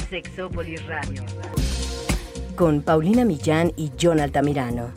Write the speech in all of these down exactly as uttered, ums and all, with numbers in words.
Sexópolis Radio. Con Paulina Millán y John Altamirano.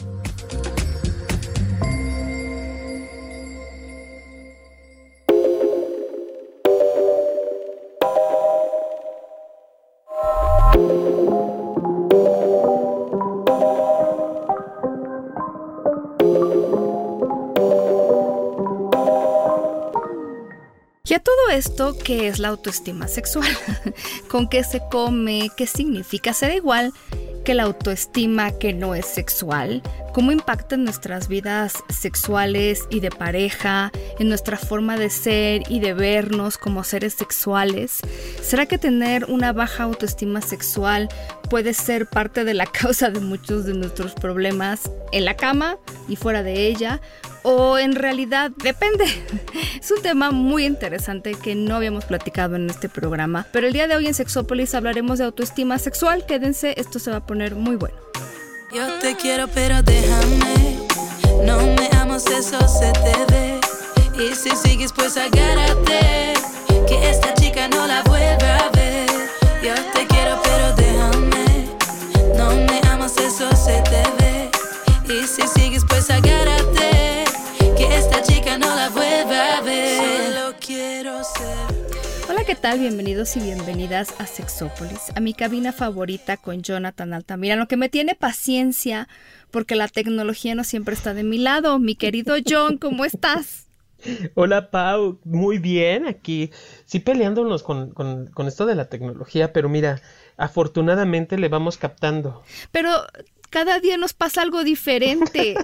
Y a todo esto, ¿qué es la autoestima sexual? ¿Con qué se come? ¿Qué significa? ¿Será igual que la autoestima que no es sexual? ¿Cómo impacta en nuestras vidas sexuales y de pareja, en nuestra forma de ser y de vernos como seres sexuales? ¿Será que tener una baja autoestima sexual puede ser parte de la causa de muchos de nuestros problemas en la cama y fuera de ella? ¿O en realidad depende? Es un tema muy interesante que no habíamos platicado en este programa, pero el día de hoy en Sexópolis hablaremos de autoestima sexual. Quédense, esto se va a poner muy bueno. Yo te quiero pero déjame, no me amas, eso se te ve. Y si sigues pues agárrate, que esta chica no la vuelva a ver. Yo te quiero pero déjame, no me amas, eso se te ve. Y si sigues pues agárrate, que esta chica no la vuelva a ver. Solo quiero ser. Hola, ¿qué tal? Bienvenidos y bienvenidas a Sexópolis, a mi cabina favorita con Jonathan Altamirano, que me tiene paciencia porque la tecnología no siempre está de mi lado. Mi querido John, ¿cómo estás? Hola, Pau, muy bien, aquí sí peleándonos con, con, con esto de la tecnología, pero mira, afortunadamente le vamos captando. Pero cada día nos pasa algo diferente.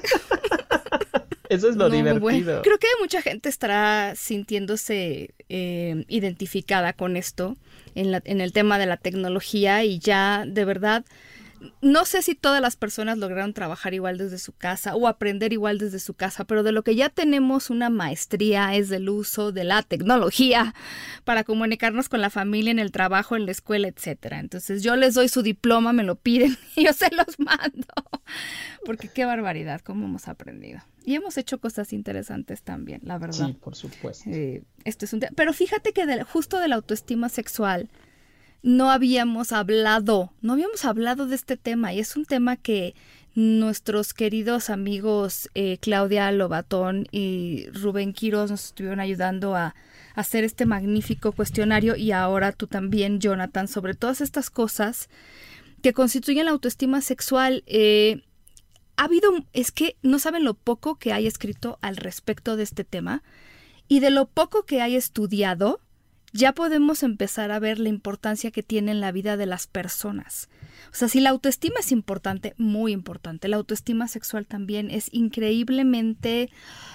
Eso es lo no, divertido. Bueno, creo que mucha gente estará sintiéndose eh, identificada con esto en, la, en el tema de la tecnología y ya de verdad no sé si todas las personas lograron trabajar igual desde su casa o aprender igual desde su casa, pero de lo que ya tenemos una maestría es del uso de la tecnología para comunicarnos con la familia, en el trabajo, en la escuela, etcétera. Entonces yo les doy su diploma, me lo piden y yo se los mando. Porque qué barbaridad, cómo hemos aprendido. Y hemos hecho cosas interesantes también, la verdad. Sí, por supuesto. Eh, esto es un te- Pero fíjate que de, justo de la autoestima sexual no habíamos hablado, no habíamos hablado de este tema. Y es un tema que nuestros queridos amigos eh, Claudia Lobatón y Rubén Quiroz nos estuvieron ayudando a, a hacer este magnífico cuestionario. Y ahora tú también, Jonathan, sobre todas estas cosas que constituyen la autoestima sexual. Eh, ha habido, es que no saben lo poco que hay escrito al respecto de este tema y de lo poco que hay estudiado, ya podemos empezar a ver la importancia que tiene en la vida de las personas. O sea, si la autoestima es importante, muy importante, la autoestima sexual también es increíblemente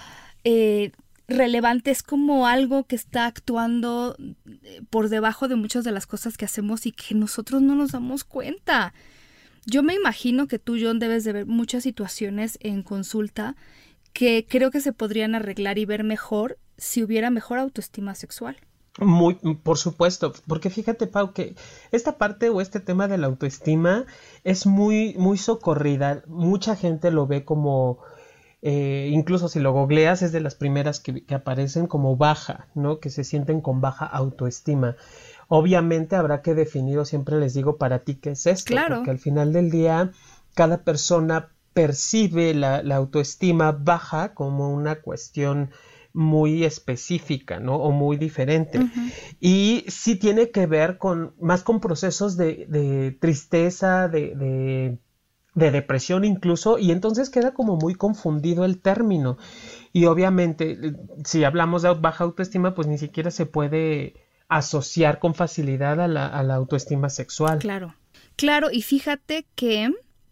eh, relevante, es como algo que está actuando por debajo de muchas de las cosas que hacemos y que nosotros no nos damos cuenta. Yo me imagino que tú, John, debes de ver muchas situaciones en consulta que creo que se podrían arreglar y ver mejor si hubiera mejor autoestima sexual. Muy, por supuesto, porque fíjate, Pau, que esta parte o este tema de la autoestima es muy, muy socorrida. Mucha gente lo ve como, eh, incluso si lo googleas, es de las primeras que, que aparecen como baja, ¿no? Que se sienten con baja autoestima. Obviamente habrá que definir, o siempre les digo, para ti qué es esto, Claro. Porque al final del día cada persona percibe la, la autoestima baja como una cuestión muy específica, ¿no? O muy diferente. Uh-huh. Y sí tiene que ver con más con procesos de, de tristeza, de, de, de depresión incluso, y entonces queda como muy confundido el término. Y obviamente, si hablamos de baja autoestima, pues ni siquiera se puede asociar con facilidad a la, a la autoestima sexual. Claro, claro, y fíjate que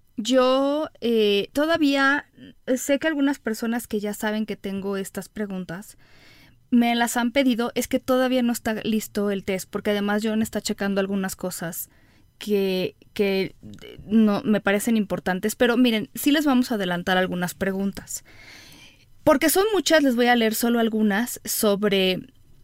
yo eh, todavía sé que algunas personas que ya saben que tengo estas preguntas me las han pedido, es que todavía no está listo el test, porque además John está checando algunas cosas que, que no me parecen importantes, pero miren, sí les vamos a adelantar algunas preguntas, porque son muchas, les voy a leer solo algunas sobre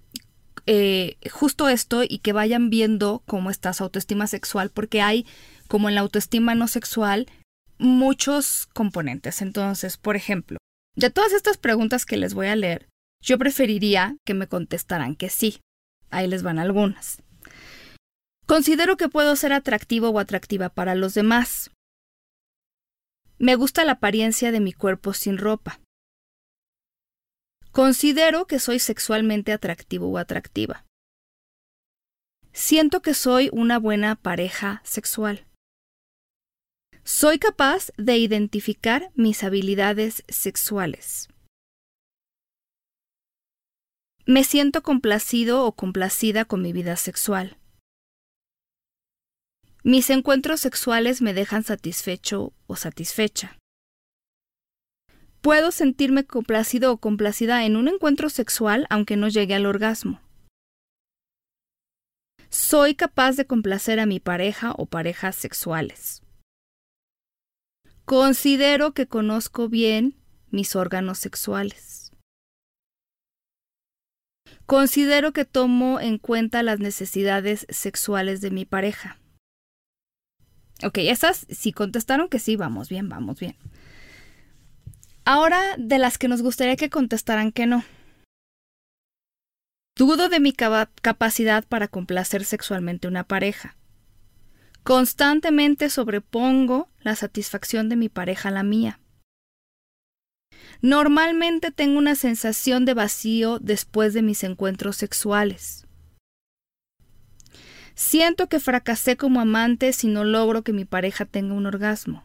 eh, justo esto y que vayan viendo cómo está su autoestima sexual, porque hay, como en la autoestima no sexual, muchos componentes. Entonces, por ejemplo, de todas estas preguntas que les voy a leer, yo preferiría que me contestaran que sí. Ahí les van algunas. Considero que puedo ser atractivo o atractiva para los demás. Me gusta la apariencia de mi cuerpo sin ropa. Considero que soy sexualmente atractivo o atractiva. Siento que soy una buena pareja sexual. Soy capaz de identificar mis habilidades sexuales. Me siento complacido o complacida con mi vida sexual. Mis encuentros sexuales me dejan satisfecho o satisfecha. Puedo sentirme complacido o complacida en un encuentro sexual aunque no llegue al orgasmo. Soy capaz de complacer a mi pareja o parejas sexuales. Considero que conozco bien mis órganos sexuales. Considero que tomo en cuenta las necesidades sexuales de mi pareja. Ok, esas sí contestaron que sí, vamos bien, vamos bien. Ahora, de las que nos gustaría que contestaran que no. Dudo de mi capa- capacidad para complacer sexualmente a una pareja. Constantemente sobrepongo la satisfacción de mi pareja a la mía. Normalmente tengo una sensación de vacío después de mis encuentros sexuales. Siento que fracasé como amante si no logro que mi pareja tenga un orgasmo.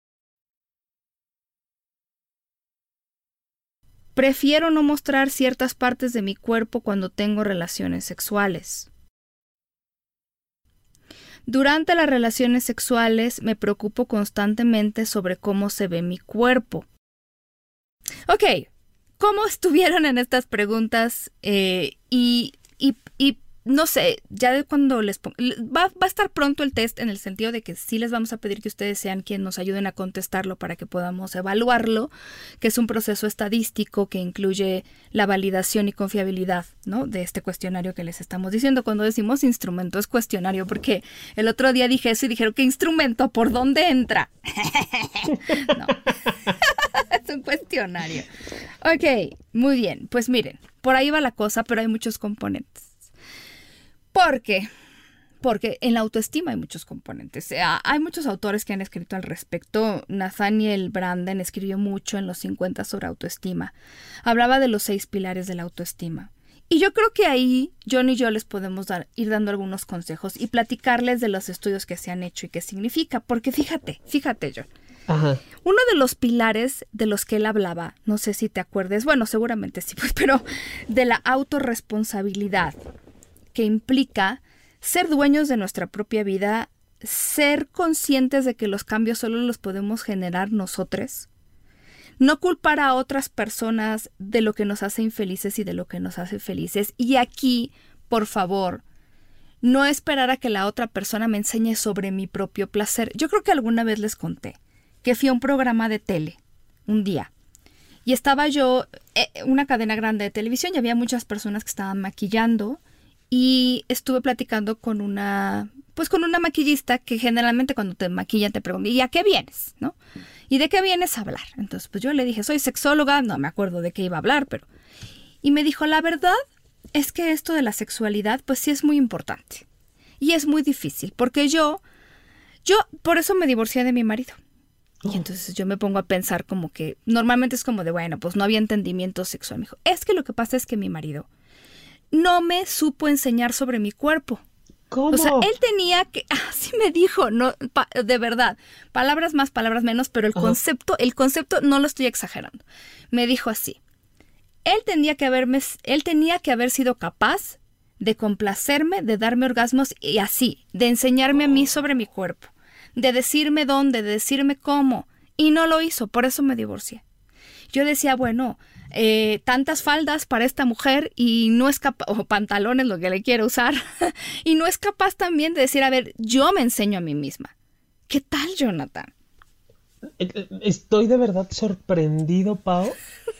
Prefiero no mostrar ciertas partes de mi cuerpo cuando tengo relaciones sexuales. Durante las relaciones sexuales me preocupo constantemente sobre cómo se ve mi cuerpo. Ok, ¿cómo estuvieron en estas preguntas? Eh, y, y, y no sé, ya cuando les pongo, va, va a estar pronto el test en el sentido de que sí les vamos a pedir que ustedes sean quienes nos ayuden a contestarlo para que podamos evaluarlo, que es un proceso estadístico que incluye la validación y confiabilidad, ¿no?, de este cuestionario que les estamos diciendo. Cuando decimos instrumento es cuestionario, porque el otro día dije eso y dijeron, ¿qué instrumento? ¿Por dónde entra? No, es un cuestionario. Ok, muy bien, pues miren, por ahí va la cosa, pero hay muchos componentes. ¿Por qué? Porque en la autoestima hay muchos componentes. O sea, hay muchos autores que han escrito al respecto. Nathaniel Branden escribió mucho en los cincuenta sobre autoestima. Hablaba de los seis pilares de la autoestima. Y yo creo que ahí John y yo les podemos dar, ir dando algunos consejos y platicarles de los estudios que se han hecho y qué significa. Porque fíjate, fíjate, John. Ajá. Uno de los pilares de los que él hablaba, no sé si te acuerdes, bueno, seguramente sí, pues, pero de la autorresponsabilidad, que implica ser dueños de nuestra propia vida, ser conscientes de que los cambios solo los podemos generar nosotros, no culpar a otras personas de lo que nos hace infelices y de lo que nos hace felices. Y aquí, por favor, no esperar a que la otra persona me enseñe sobre mi propio placer. Yo creo que alguna vez les conté que fui a un programa de tele un día y estaba yo, eh, una cadena grande de televisión, y había muchas personas que estaban maquillando. Y estuve platicando con una, pues con una maquillista que generalmente cuando te maquillan te preguntan, ¿y a qué vienes?, ¿no? ¿Y de qué vienes a hablar? Entonces, pues yo le dije, soy sexóloga, no me acuerdo de qué iba a hablar, pero... Y me dijo, la verdad es que esto de la sexualidad, pues sí es muy importante. Y es muy difícil, porque yo, yo, por eso me divorcié de mi marido. Oh. Y entonces yo me pongo a pensar como que, normalmente es como de, bueno, pues no había entendimiento sexual. Me dijo, es que lo que pasa es que mi marido no me supo enseñar sobre mi cuerpo. ¿Cómo? O sea, él tenía que, así me dijo, no, pa, de verdad, palabras más, palabras menos, pero el Ajá. concepto, el concepto no lo estoy exagerando. Me dijo así, él tenía que haberme, él tenía que haber sido capaz de complacerme, de darme orgasmos y así, de enseñarme a mí sobre mi cuerpo, de decirme dónde, de decirme cómo, y no lo hizo, por eso me divorcié. Yo decía, bueno, eh, tantas faldas para esta mujer y no es capaz, o pantalones, lo que le quiero usar, y no es capaz también de decir, a ver, yo me enseño a mí misma. ¿Qué tal, Jonathan? Estoy de verdad sorprendido, Pau.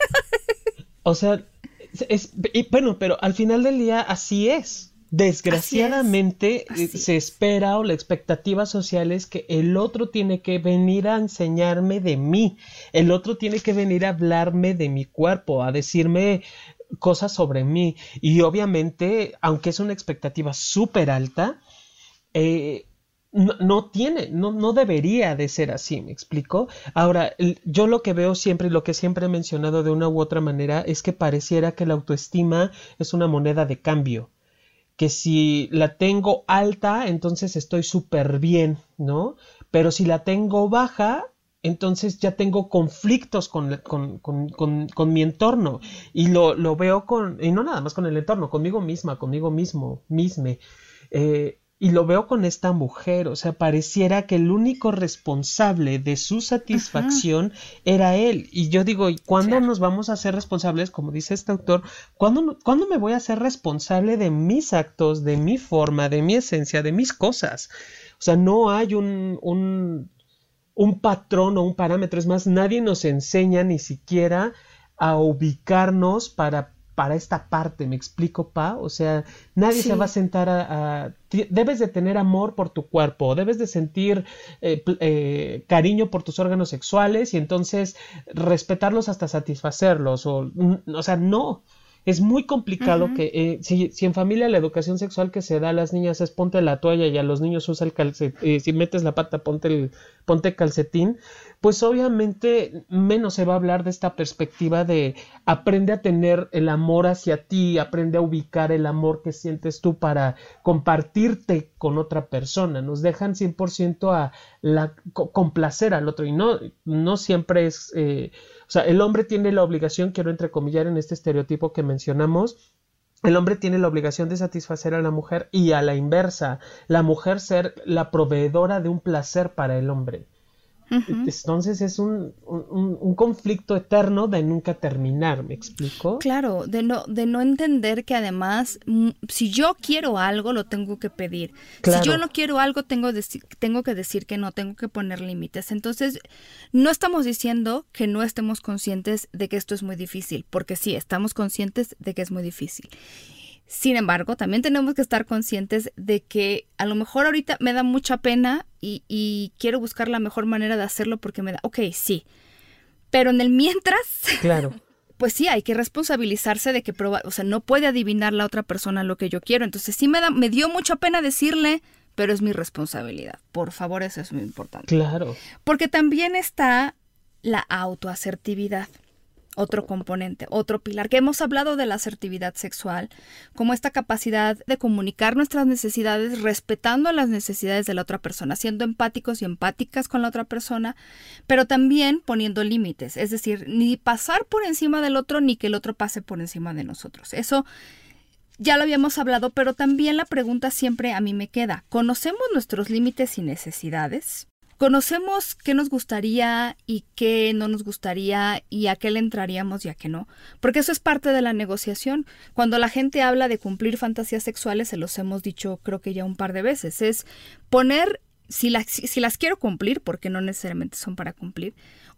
O sea, es, es, bueno, pero al final del día así es. Desgraciadamente así es. Así se espera, o la expectativa social es que el otro tiene que venir a enseñarme de mí, el otro tiene que venir a hablarme de mi cuerpo, a decirme cosas sobre mí, y obviamente, aunque es una expectativa súper alta, eh, no, no tiene, no, no debería de ser así, ¿me explico? Ahora, el, yo lo que veo siempre y lo que siempre he mencionado de una u otra manera es que pareciera que la autoestima es una moneda de cambio, que si la tengo alta, entonces estoy súper bien, ¿no? Pero si la tengo baja, entonces ya tengo conflictos con, con, con, con, con mi entorno, y lo, lo veo con, y no nada más con el entorno, conmigo misma, conmigo mismo, misme, eh, y lo veo con esta mujer, o sea, pareciera que el único responsable de su satisfacción uh-huh. era él, y yo digo, ¿y cuándo sí. nos vamos a hacer responsables? Como dice este autor, ¿cuándo, ¿cuándo me voy a hacer responsable de mis actos, de mi forma, de mi esencia, de mis cosas? O sea, no hay un, un, un patrón o un parámetro, es más, nadie nos enseña ni siquiera a ubicarnos para para esta parte, ¿me explico, Pa? O sea, nadie sí. se va a sentar a, a... Debes de tener amor por tu cuerpo, debes de sentir eh, eh, cariño por tus órganos sexuales y entonces respetarlos hasta satisfacerlos, o, o sea, no. Es muy complicado uh-huh. que, eh, si, si en familia la educación sexual que se da a las niñas es ponte la toalla y a los niños usa el calcetín, eh, si metes la pata ponte el ponte calcetín, pues obviamente menos se va a hablar de esta perspectiva de aprende a tener el amor hacia ti, aprende a ubicar el amor que sientes tú para compartirte con otra persona. Nos dejan cien por ciento a la, complacer al otro y no, no siempre es... Eh, o sea, el hombre tiene la obligación, quiero entrecomillar en este estereotipo que mencionamos, el hombre tiene la obligación de satisfacer a la mujer y a la inversa, la mujer ser la proveedora de un placer para el hombre. Uh-huh. Entonces es un, un, un conflicto eterno de nunca terminar, ¿me explico? Claro, de no, de no entender que además, m- si yo quiero algo, lo tengo que pedir. Claro. Si yo no quiero algo, tengo, deci- tengo que decir que no, tengo que poner límites. Entonces, no estamos diciendo que no estemos conscientes de que esto es muy difícil, porque sí, estamos conscientes de que es muy difícil. Sin embargo, también tenemos que estar conscientes de que a lo mejor ahorita me da mucha pena y, y quiero buscar la mejor manera de hacerlo porque me da, ok, sí, pero en el mientras, claro, pues sí, hay que responsabilizarse de que, proba- o sea, no puede adivinar la otra persona lo que yo quiero. Entonces sí me da, me dio mucha pena decirle, pero es mi responsabilidad. Por favor, eso es muy importante. Claro. Porque también está la autoasertividad. Otro componente, otro pilar, que hemos hablado de la asertividad sexual, como esta capacidad de comunicar nuestras necesidades respetando las necesidades de la otra persona, siendo empáticos y empáticas con la otra persona, pero también poniendo límites, es decir, ni pasar por encima del otro ni que el otro pase por encima de nosotros. Eso ya lo habíamos hablado, pero también la pregunta siempre a mí me queda, ¿conocemos nuestros límites y necesidades? ¿Conocemos qué nos gustaría y qué no nos gustaría y a qué le entraríamos y a qué no? Porque eso es parte de la negociación. Cuando la gente habla de cumplir fantasías sexuales, se los hemos dicho creo que ya un par de veces, es poner, si, la, si, si las quiero cumplir, porque no necesariamente son para cumplir,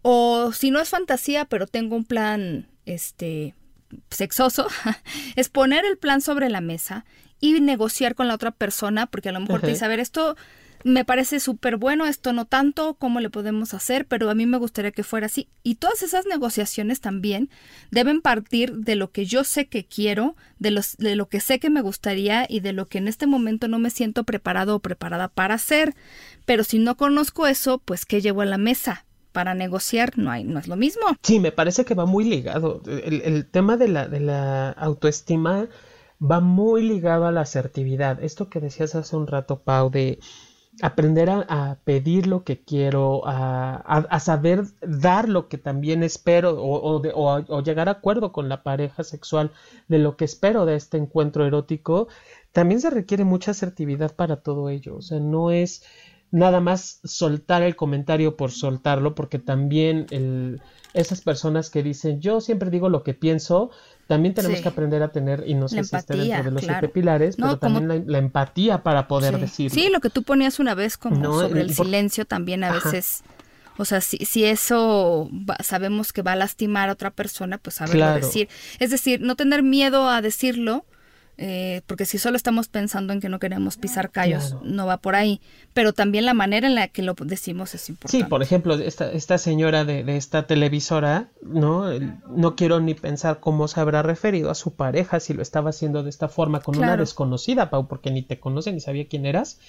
o si no es fantasía, pero tengo un plan este, sexoso, es poner el plan sobre la mesa y negociar con la otra persona, porque a lo mejor uh-huh. te dice, a ver, esto... me parece súper bueno, esto no tanto, ¿cómo le podemos hacer? Pero a mí me gustaría que fuera así. Y todas esas negociaciones también deben partir de lo que yo sé que quiero, de, los, de lo que sé que me gustaría y de lo que en este momento no me siento preparado o preparada para hacer. Pero si no conozco eso, pues ¿qué llevo a la mesa? Para negociar no hay, no es lo mismo. Sí, me parece que va muy ligado. El, el tema de la, de la autoestima va muy ligado a la asertividad. Esto que decías hace un rato, Pau, de... aprender a, a pedir lo que quiero, a, a, a saber dar lo que también espero o, o, de, o, o llegar a acuerdo con la pareja sexual de lo que espero de este encuentro erótico, también se requiere mucha asertividad para todo ello. O sea, no es nada más soltar el comentario por soltarlo, porque también el, esas personas que dicen yo siempre digo lo que pienso, también tenemos sí. que aprender a tener, y no sé la si empatía, está dentro de los claro. siete pilares, no, pero también como... la, la empatía para poder sí. decirlo. Sí, lo que tú ponías una vez como no, sobre el, el por... silencio también a Ajá. veces, o sea, si, si eso va, sabemos que va a lastimar a otra persona, pues saberlo claro. decir. Es decir, no tener miedo a decirlo, eh, porque si solo estamos pensando en que no queremos pisar callos, claro. no va por ahí. Pero también la manera en la que lo decimos es importante. Sí, por ejemplo, esta, esta señora de, de esta televisora, ¿no? No quiero ni pensar cómo se habrá referido a su pareja si lo estaba haciendo de esta forma con claro. una desconocida, Pau, porque ni te conoce ni sabía quién eras.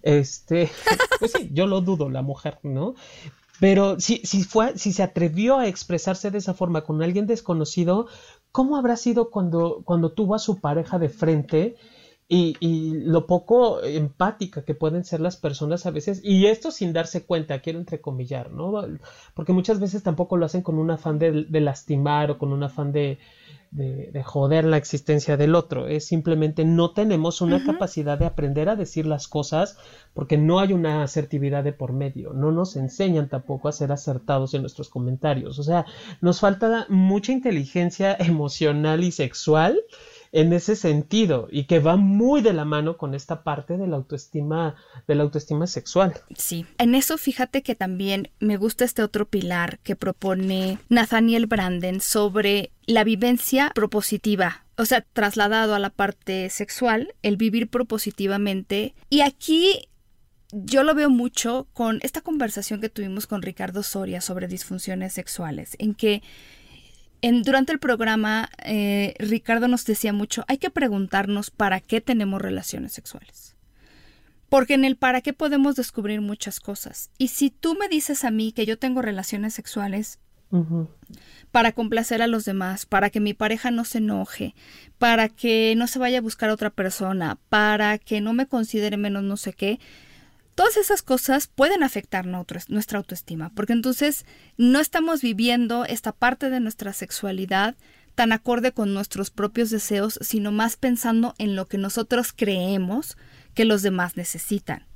Este, pues sí, yo lo dudo, la mujer, ¿no? Pero si, si, fue, si se atrevió a expresarse de esa forma con alguien desconocido, ¿cómo habrá sido cuando, cuando tuvo a su pareja de frente? Y, y lo poco empática que pueden ser las personas a veces, y esto sin darse cuenta, quiero entrecomillar, ¿no? Porque muchas veces tampoco lo hacen con un afán de, de lastimar o con un afán de, de, de joder la existencia del otro. Es simplemente no tenemos una uh-huh. capacidad de aprender a decir las cosas porque no hay una asertividad de por medio. No nos enseñan tampoco a ser acertados en nuestros comentarios. O sea, nos falta mucha inteligencia emocional y sexual en ese sentido, y que va muy de la mano con esta parte de la autoestima, de la autoestima sexual. Sí, en eso fíjate que también me gusta este otro pilar que propone Nathaniel Branden sobre la vivencia propositiva, o sea, trasladado a la parte sexual, el vivir propositivamente. Y aquí yo lo veo mucho con esta conversación que tuvimos con Ricardo Soria sobre disfunciones sexuales, en que En, durante el programa, eh, Ricardo nos decía mucho, hay que preguntarnos para qué tenemos relaciones sexuales. Porque en el para qué podemos descubrir muchas cosas. Y si tú me dices a mí que yo tengo relaciones sexuales uh-huh. para complacer a los demás, para que mi pareja no se enoje, para que no se vaya a buscar a otra persona, para que no me considere menos no sé qué, todas esas cosas pueden afectar nuestra autoestima, porque entonces no estamos viviendo esta parte de nuestra sexualidad tan acorde con nuestros propios deseos, sino más pensando en lo que nosotros creemos que los demás necesitan.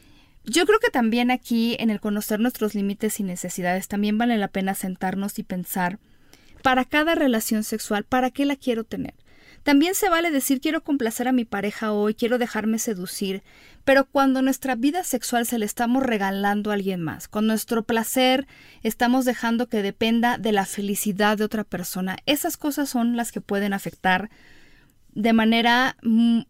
Yo creo que también aquí, en el conocer nuestros límites y necesidades, también vale la pena sentarnos y pensar, para cada relación sexual, ¿para qué la quiero tener? También se vale decir quiero complacer a mi pareja hoy, quiero dejarme seducir, pero cuando nuestra vida sexual se le estamos regalando a alguien más, con nuestro placer estamos dejando que dependa de la felicidad de otra persona, esas cosas son las que pueden afectar de manera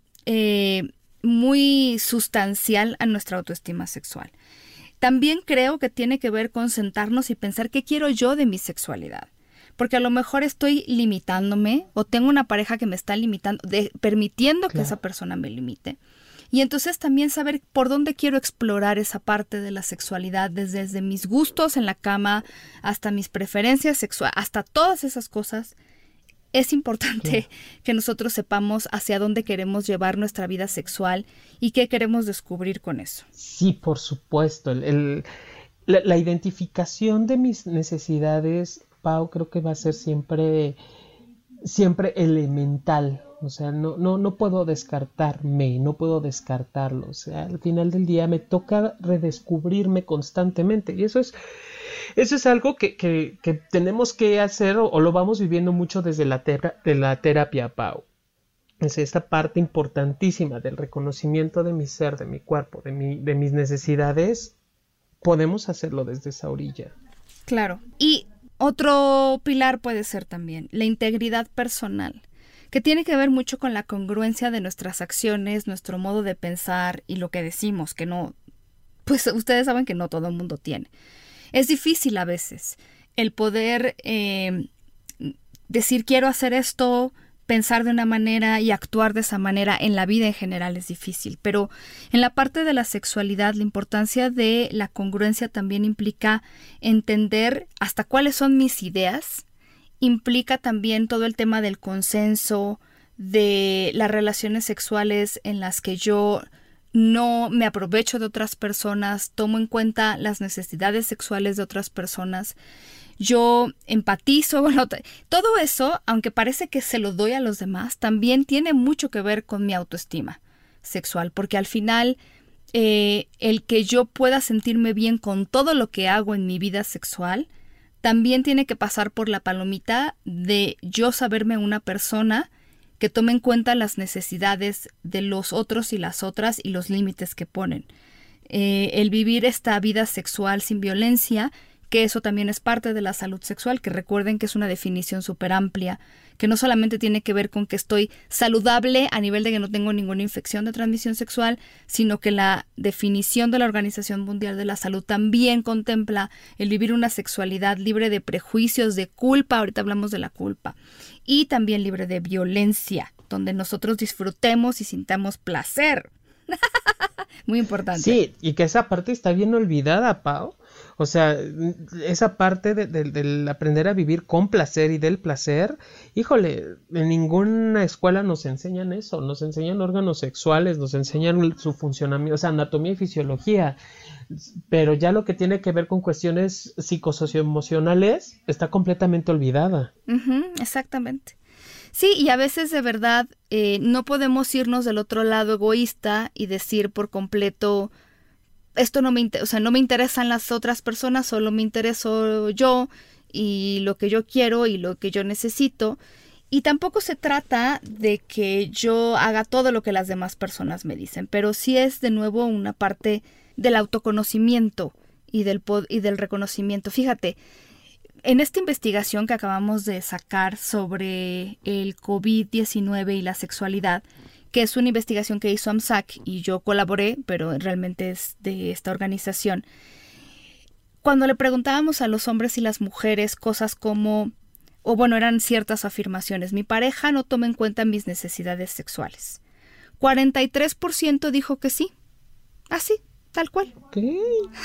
eh, muy sustancial a nuestra autoestima sexual. También creo que tiene que ver con sentarnos y pensar qué quiero yo de mi sexualidad. Porque a lo mejor estoy limitándome o tengo una pareja que me está limitando, de, permitiendo claro. que esa persona me limite. Y entonces también saber por dónde quiero explorar esa parte de la sexualidad, desde, desde mis gustos en la cama hasta mis preferencias sexuales, hasta todas esas cosas. Es importante claro. que nosotros sepamos hacia dónde queremos llevar nuestra vida sexual y qué queremos descubrir con eso. Sí, por supuesto. El, el, la, la identificación de mis necesidades, Pau, creo que va a ser siempre, siempre elemental. O sea, no, no, no puedo descartarme, no puedo descartarlo. O sea, al final del día me toca redescubrirme constantemente. Y eso es, eso es algo que, que, que tenemos que hacer o, o lo vamos viviendo mucho desde la, tera, de la terapia, Pau. Es esta parte importantísima del reconocimiento de mi ser, de mi cuerpo, de, mi, de mis necesidades. Podemos hacerlo desde esa orilla. Claro. Y otro pilar puede ser también la integridad personal, que tiene que ver mucho con la congruencia de nuestras acciones, nuestro modo de pensar y lo que decimos, que no, pues ustedes saben que no todo el mundo tiene. Es difícil a veces el poder eh, decir quiero hacer esto, pensar de una manera y actuar de esa manera en la vida en general es difícil, pero en la parte de la sexualidad la importancia de la congruencia también implica entender hasta cuáles son mis ideas, implica también todo el tema del consenso, de las relaciones sexuales en las que yo no me aprovecho de otras personas, tomo en cuenta las necesidades sexuales de otras personas. Yo empatizo con la otra. Todo eso, aunque parece que se lo doy a los demás, también tiene mucho que ver con mi autoestima sexual, porque al final eh, el que yo pueda sentirme bien con todo lo que hago en mi vida sexual también tiene que pasar por la palomita de yo saberme una persona que tome en cuenta las necesidades de los otros y las otras y los límites que ponen. Eh, el vivir esta vida sexual sin violencia, que eso también es parte de la salud sexual, que recuerden que es una definición súper amplia, que no solamente tiene que ver con que estoy saludable a nivel de que no tengo ninguna infección de transmisión sexual, sino que la definición de la Organización Mundial de la Salud también contempla el vivir una sexualidad libre de prejuicios, de culpa, ahorita hablamos de la culpa, y también libre de violencia, donde nosotros disfrutemos y sintamos placer. Muy importante. Sí, y que esa parte está bien olvidada, Pau. O sea, esa parte de, de, del aprender a vivir con placer y del placer, híjole, en ninguna escuela nos enseñan eso, nos enseñan órganos sexuales, nos enseñan su funcionamiento, o sea, anatomía y fisiología, pero ya lo que tiene que ver con cuestiones psicosocioemocionales está completamente olvidada. Uh-huh, exactamente. Sí, y a veces de verdad eh, no podemos irnos del otro lado egoísta y decir por completo, esto no me interesa, o sea, no me interesan las otras personas, solo me intereso yo y lo que yo quiero y lo que yo necesito. Y tampoco se trata de que yo haga todo lo que las demás personas me dicen, pero sí es de nuevo una parte del autoconocimiento y del, y del reconocimiento. Fíjate, en esta investigación que acabamos de sacar sobre el covid diecinueve y la sexualidad, que es una investigación que hizo AMSAC y yo colaboré, pero realmente es de esta organización. Cuando le preguntábamos a los hombres y las mujeres cosas como, o bueno, eran ciertas afirmaciones, mi pareja no toma en cuenta mis necesidades sexuales. cuarenta y tres por ciento dijo que sí, así, tal cual. ¿Qué?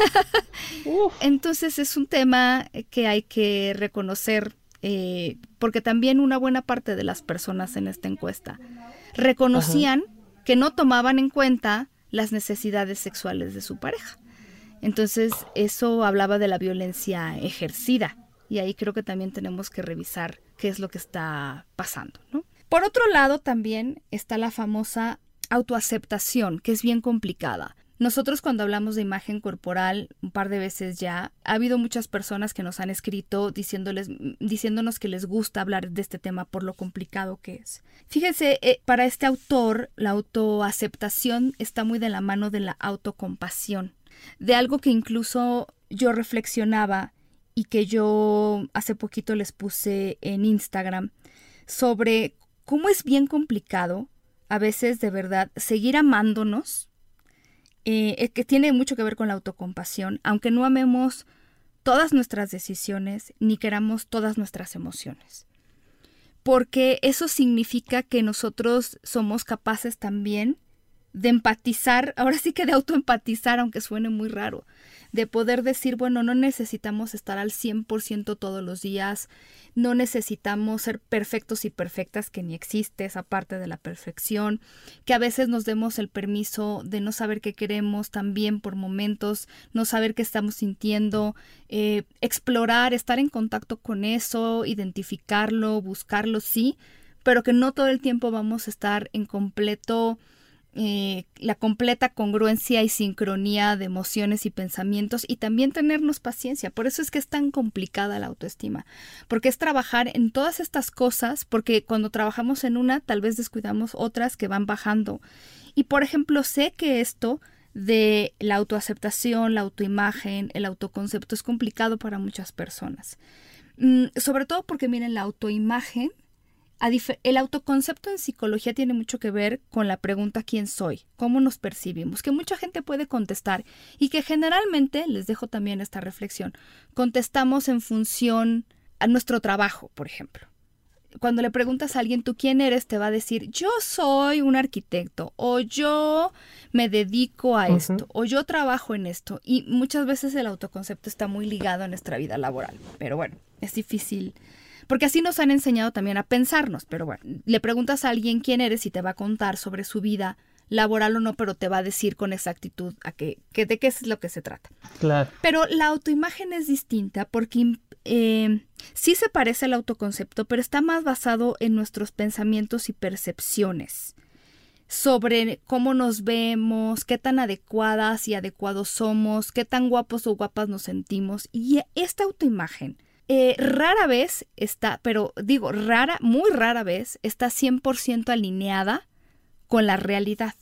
Entonces es un tema que hay que reconocer, eh, porque también una buena parte de las personas en esta encuesta reconocían Ajá. que no tomaban en cuenta las necesidades sexuales de su pareja. Entonces, eso hablaba de la violencia ejercida. Y ahí creo que también tenemos que revisar qué es lo que está pasando, ¿no? Por otro lado, también está la famosa autoaceptación, que es bien complicada. Nosotros cuando hablamos de imagen corporal, un par de veces ya, ha habido muchas personas que nos han escrito diciéndoles, diciéndonos que les gusta hablar de este tema por lo complicado que es. Fíjense, eh, para este autor, la autoaceptación está muy de la mano de la autocompasión, de algo que incluso yo reflexionaba y que yo hace poquito les puse en Instagram, sobre cómo es bien complicado a veces de verdad seguir amándonos, Eh, que tiene mucho que ver con la autocompasión, aunque no amemos todas nuestras decisiones ni queramos todas nuestras emociones. Porque eso significa que nosotros somos capaces también de empatizar, ahora sí que de autoempatizar, aunque suene muy raro, de poder decir, bueno, no necesitamos estar al cien por ciento todos los días, no necesitamos ser perfectos y perfectas, que ni existe esa parte de la perfección, que a veces nos demos el permiso de no saber qué queremos también por momentos, no saber qué estamos sintiendo, eh, explorar, estar en contacto con eso, identificarlo, buscarlo, sí, pero que no todo el tiempo vamos a estar en completo... Eh, la completa congruencia y sincronía de emociones y pensamientos, y también tenernos paciencia. Por eso es que es tan complicada la autoestima, porque es trabajar en todas estas cosas, porque cuando trabajamos en una tal vez descuidamos otras que van bajando. Y por ejemplo, sé que esto de la autoaceptación, la autoimagen, el autoconcepto es complicado para muchas personas, mm, sobre todo porque miren, la autoimagen, el autoconcepto en psicología tiene mucho que ver con la pregunta ¿quién soy? ¿Cómo nos percibimos? Que mucha gente puede contestar y que generalmente, les dejo también esta reflexión, contestamos en función a nuestro trabajo, por ejemplo. Cuando le preguntas a alguien ¿tú quién eres? Te va a decir yo soy un arquitecto, o yo me dedico a esto, uh-huh. o yo trabajo en esto. Y muchas veces el autoconcepto está muy ligado a nuestra vida laboral. Pero bueno, es difícil... Porque así nos han enseñado también a pensarnos, pero bueno, le preguntas a alguien quién eres y te va a contar sobre su vida laboral o no, pero te va a decir con exactitud a qué, que, de qué es lo que se trata. Claro. Pero la autoimagen es distinta porque eh, sí se parece al autoconcepto, pero está más basado en nuestros pensamientos y percepciones sobre cómo nos vemos, qué tan adecuadas y adecuados somos, qué tan guapos o guapas nos sentimos. Y esta autoimagen Eh, rara vez está, pero digo rara, muy rara vez, está cien por ciento alineada con la realidad.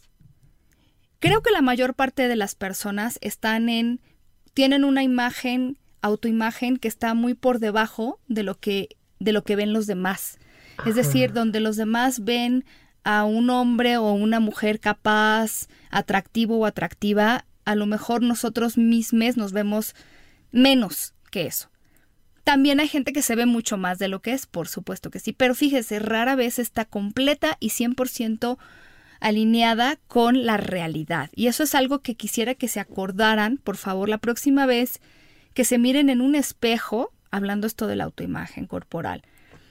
Creo que la mayor parte de las personas están en, tienen una imagen, autoimagen que está muy por debajo de lo que, de lo que ven los demás. Es decir, donde los demás ven a un hombre o una mujer capaz, atractivo o atractiva, a lo mejor nosotros mismos nos vemos menos que eso. También hay gente que se ve mucho más de lo que es, por supuesto que sí, pero fíjese, rara vez está completa y cien por ciento alineada con la realidad. Y eso es algo que quisiera que se acordaran, por favor, la próxima vez que se miren en un espejo, hablando esto de la autoimagen corporal,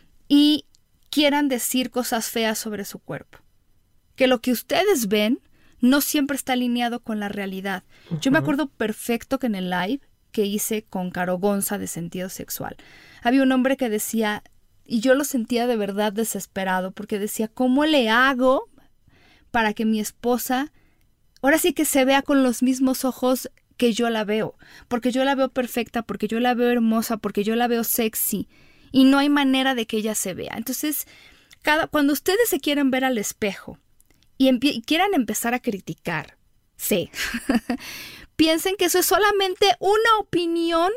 y quieran decir cosas feas sobre su cuerpo. Que lo que ustedes ven no siempre está alineado con la realidad. Uh-huh. Yo me acuerdo perfecto que en el live que hice con Caro Gonza de Sentido Sexual, había un hombre que decía, y yo lo sentía de verdad desesperado, porque decía, ¿cómo le hago para que mi esposa ahora sí que se vea con los mismos ojos que yo la veo? Porque yo la veo perfecta, porque yo la veo hermosa, porque yo la veo sexy, y no hay manera de que ella se vea. Entonces, cada, cuando ustedes se quieren ver al espejo y, empie- y quieran empezar a criticar, sí, piensen que eso es solamente una opinión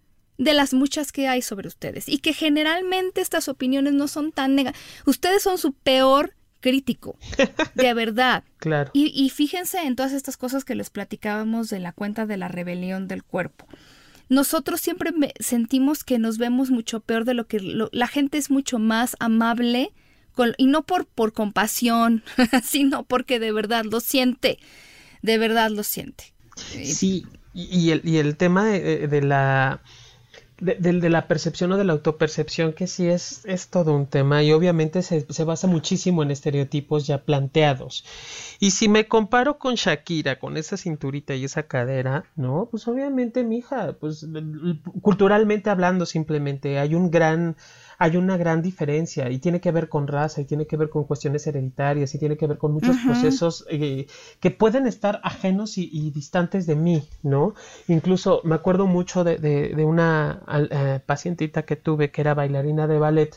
de las muchas que hay sobre ustedes, y que generalmente estas opiniones no son tan negativas. Ustedes son su peor crítico, de verdad. Claro. Y, y fíjense en todas estas cosas que les platicábamos de la cuenta de la rebelión del cuerpo. Nosotros siempre me, sentimos que nos vemos mucho peor de lo que lo, la gente es mucho más amable, con, y no por, por compasión, sino porque de verdad lo siente, de verdad lo siente. Sí, y, y, el, y el tema de, de la... De, de, de la percepción o de la autopercepción, que sí es, es todo un tema, y obviamente se, se basa muchísimo en estereotipos ya planteados. Y si me comparo con Shakira, con esa cinturita y esa cadera, no, pues obviamente, mija, pues culturalmente hablando, simplemente hay un gran, hay una gran diferencia, y tiene que ver con raza, y tiene que ver con cuestiones hereditarias, y tiene que ver con muchos uh-huh. procesos eh, que pueden estar ajenos y, y distantes de mí, ¿no? Incluso me acuerdo mucho de, de, de una Uh, pacientita que tuve que era bailarina de ballet.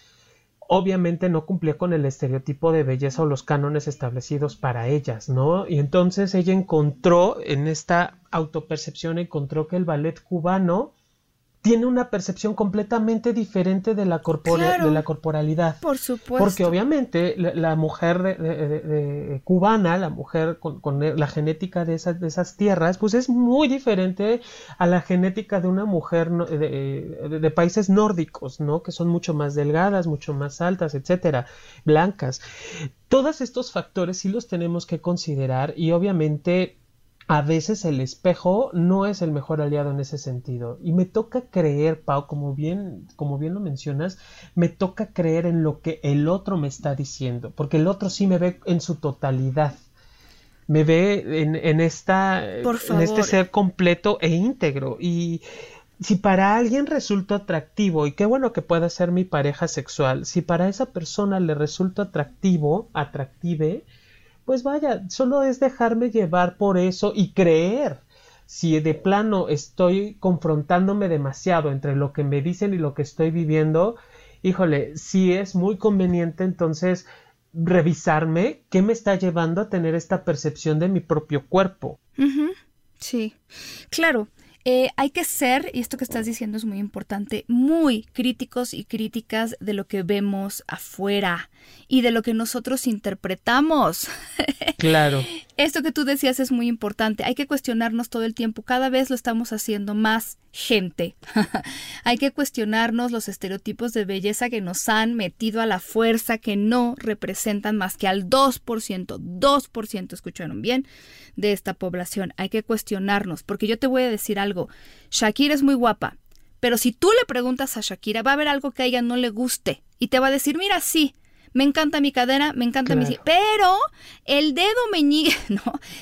Obviamente no cumplía con el estereotipo de belleza o los cánones establecidos para ellas, ¿no? Y entonces ella encontró en esta autopercepción, encontró que el ballet cubano tiene una percepción completamente diferente de la, corpore- claro, de la corporalidad. Por supuesto. Porque obviamente la, la mujer de, de, de, de cubana, la mujer con, con la genética de esas, de esas tierras, pues es muy diferente a la genética de una mujer de, de, de países nórdicos, ¿no? Que son mucho más delgadas, mucho más altas, etcétera, blancas. Todos estos factores sí los tenemos que considerar, y obviamente a veces el espejo no es el mejor aliado en ese sentido. Y me toca creer, Pau, como bien, como bien lo mencionas, me toca creer en lo que el otro me está diciendo, porque el otro sí me ve en su totalidad. Me ve en, en, esta, en este ser completo e íntegro. Y si para alguien resulta atractivo, y qué bueno que pueda ser mi pareja sexual, si para esa persona le resulta atractivo, atractive, pues vaya, solo es dejarme llevar por eso y creer. Si de plano estoy confrontándome demasiado entre lo que me dicen y lo que estoy viviendo, híjole, sí es muy conveniente entonces revisarme qué me está llevando a tener esta percepción de mi propio cuerpo. Uh-huh. Sí, claro. Eh, hay que ser, y esto que estás diciendo es muy importante, muy críticos y críticas de lo que vemos afuera y de lo que nosotros interpretamos. Claro. Esto que tú decías es muy importante. Hay que cuestionarnos todo el tiempo. Cada vez lo estamos haciendo más gente. Hay que cuestionarnos los estereotipos de belleza que nos han metido a la fuerza, que no representan más que al dos por ciento, dos por ciento, escucharon bien, de esta población. Hay que cuestionarnos, porque yo te voy a decir algo. Shakira es muy guapa, pero si tú le preguntas a Shakira, va a haber algo que a ella no le guste y te va a decir, mira, sí, me encanta mi cadera, me encanta claro. mi... Pero el dedo meñique, ¿no?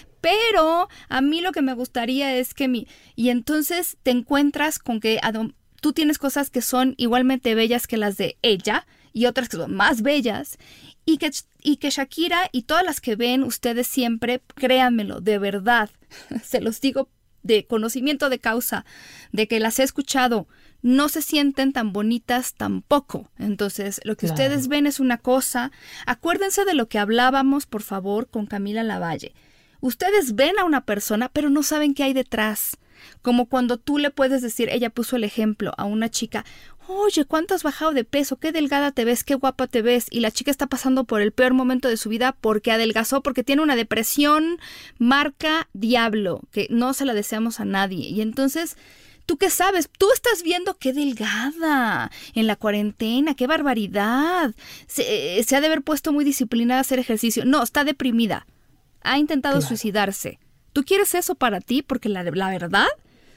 Pero a mí lo que me gustaría es que mi... Y entonces te encuentras con que tú tienes cosas que son igualmente bellas que las de ella y otras que son más bellas. Y que, y que Shakira y todas las que ven ustedes siempre, créanmelo, de verdad, se los digo de conocimiento de causa, de que las he escuchado, no se sienten tan bonitas tampoco. Entonces, lo que claro. ustedes ven es una cosa. Acuérdense de lo que hablábamos, por favor, con Camila Lavalle. Ustedes ven a una persona, pero no saben qué hay detrás. Como cuando tú le puedes decir, ella puso el ejemplo a una chica, oye, ¿cuánto has bajado de peso? Qué delgada te ves, qué guapa te ves. Y la chica está pasando por el peor momento de su vida porque adelgazó, porque tiene una depresión marca diablo, que no se la deseamos a nadie. Y entonces ¿Tú qué sabes? Tú estás viendo qué delgada en la cuarentena, qué barbaridad. Se, se ha de haber puesto muy disciplinada a hacer ejercicio. No, está deprimida. Ha intentado claro. suicidarse. ¿Tú quieres eso para ti? Porque la, la verdad,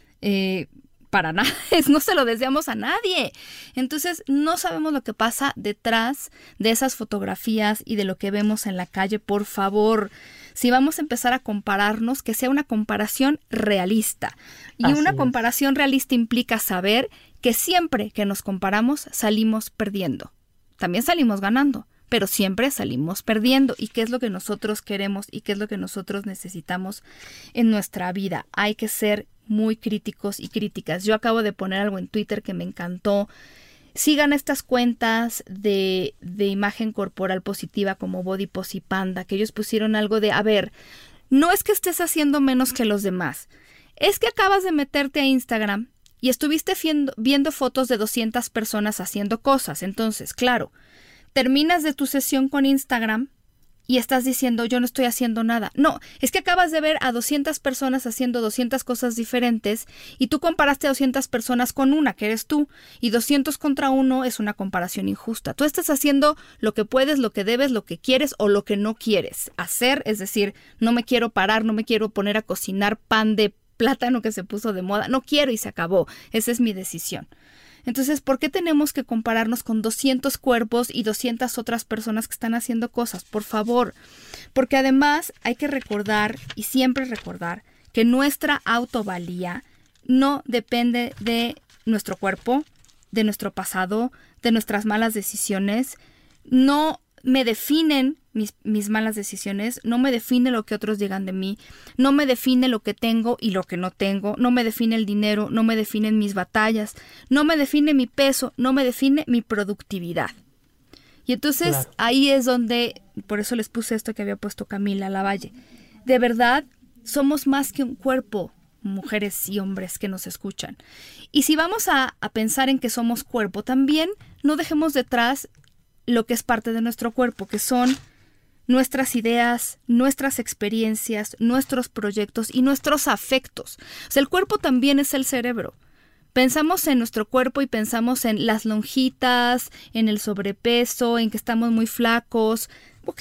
eh, para nada, no se lo deseamos a nadie. Entonces, no sabemos lo que pasa detrás de esas fotografías y de lo que vemos en la calle. Por favor, si vamos a empezar a compararnos, que sea una comparación realista. Y Así una es. comparación realista implica saber que siempre que nos comparamos salimos perdiendo. También salimos ganando, pero siempre salimos perdiendo. ¿Y qué es lo que nosotros queremos y qué es lo que nosotros necesitamos en nuestra vida? Hay que ser muy críticos y críticas. Yo acabo de poner algo en Twitter que me encantó. Sigan estas cuentas de, de imagen corporal positiva como Body Posi Panda, que ellos pusieron algo de, a ver, no es que estés haciendo menos que los demás, es que acabas de meterte a Instagram y estuviste viendo, viendo fotos de doscientas personas haciendo cosas. Entonces, claro, terminas de tu sesión con Instagram y estás diciendo, yo no estoy haciendo nada. No, es que acabas de ver a doscientas personas haciendo doscientas cosas diferentes y tú comparaste a doscientas personas con una, que eres tú, y doscientos contra uno es una comparación injusta. Tú estás haciendo lo que puedes, lo que debes, lo que quieres o lo que no quieres hacer. Es decir, no me quiero parar, no me quiero poner a cocinar pan de plátano que se puso de moda. No quiero y se acabó. Esa es mi decisión. Entonces, ¿por qué tenemos que compararnos con doscientos cuerpos y doscientas otras personas que están haciendo cosas? Por favor, porque además hay que recordar y siempre recordar que nuestra autovalía no depende de nuestro cuerpo, de nuestro pasado, de nuestras malas decisiones. No me definen mis, mis malas decisiones, no me define lo que otros digan de mí, no me define lo que tengo y lo que no tengo, no me define el dinero, no me definen mis batallas, no me define mi peso, no me define mi productividad. Y entonces claro. ahí es donde, por eso les puse esto que había puesto Camila Lavalle, de verdad somos más que un cuerpo, mujeres y hombres que nos escuchan. Y si vamos a, a pensar en que somos cuerpo, también no dejemos detrás lo que es parte de nuestro cuerpo, que son nuestras ideas, nuestras experiencias, nuestros proyectos y nuestros afectos. O sea, el cuerpo también es el cerebro. Pensamos en nuestro cuerpo y pensamos en las lonjitas, en el sobrepeso, en que estamos muy flacos. Ok.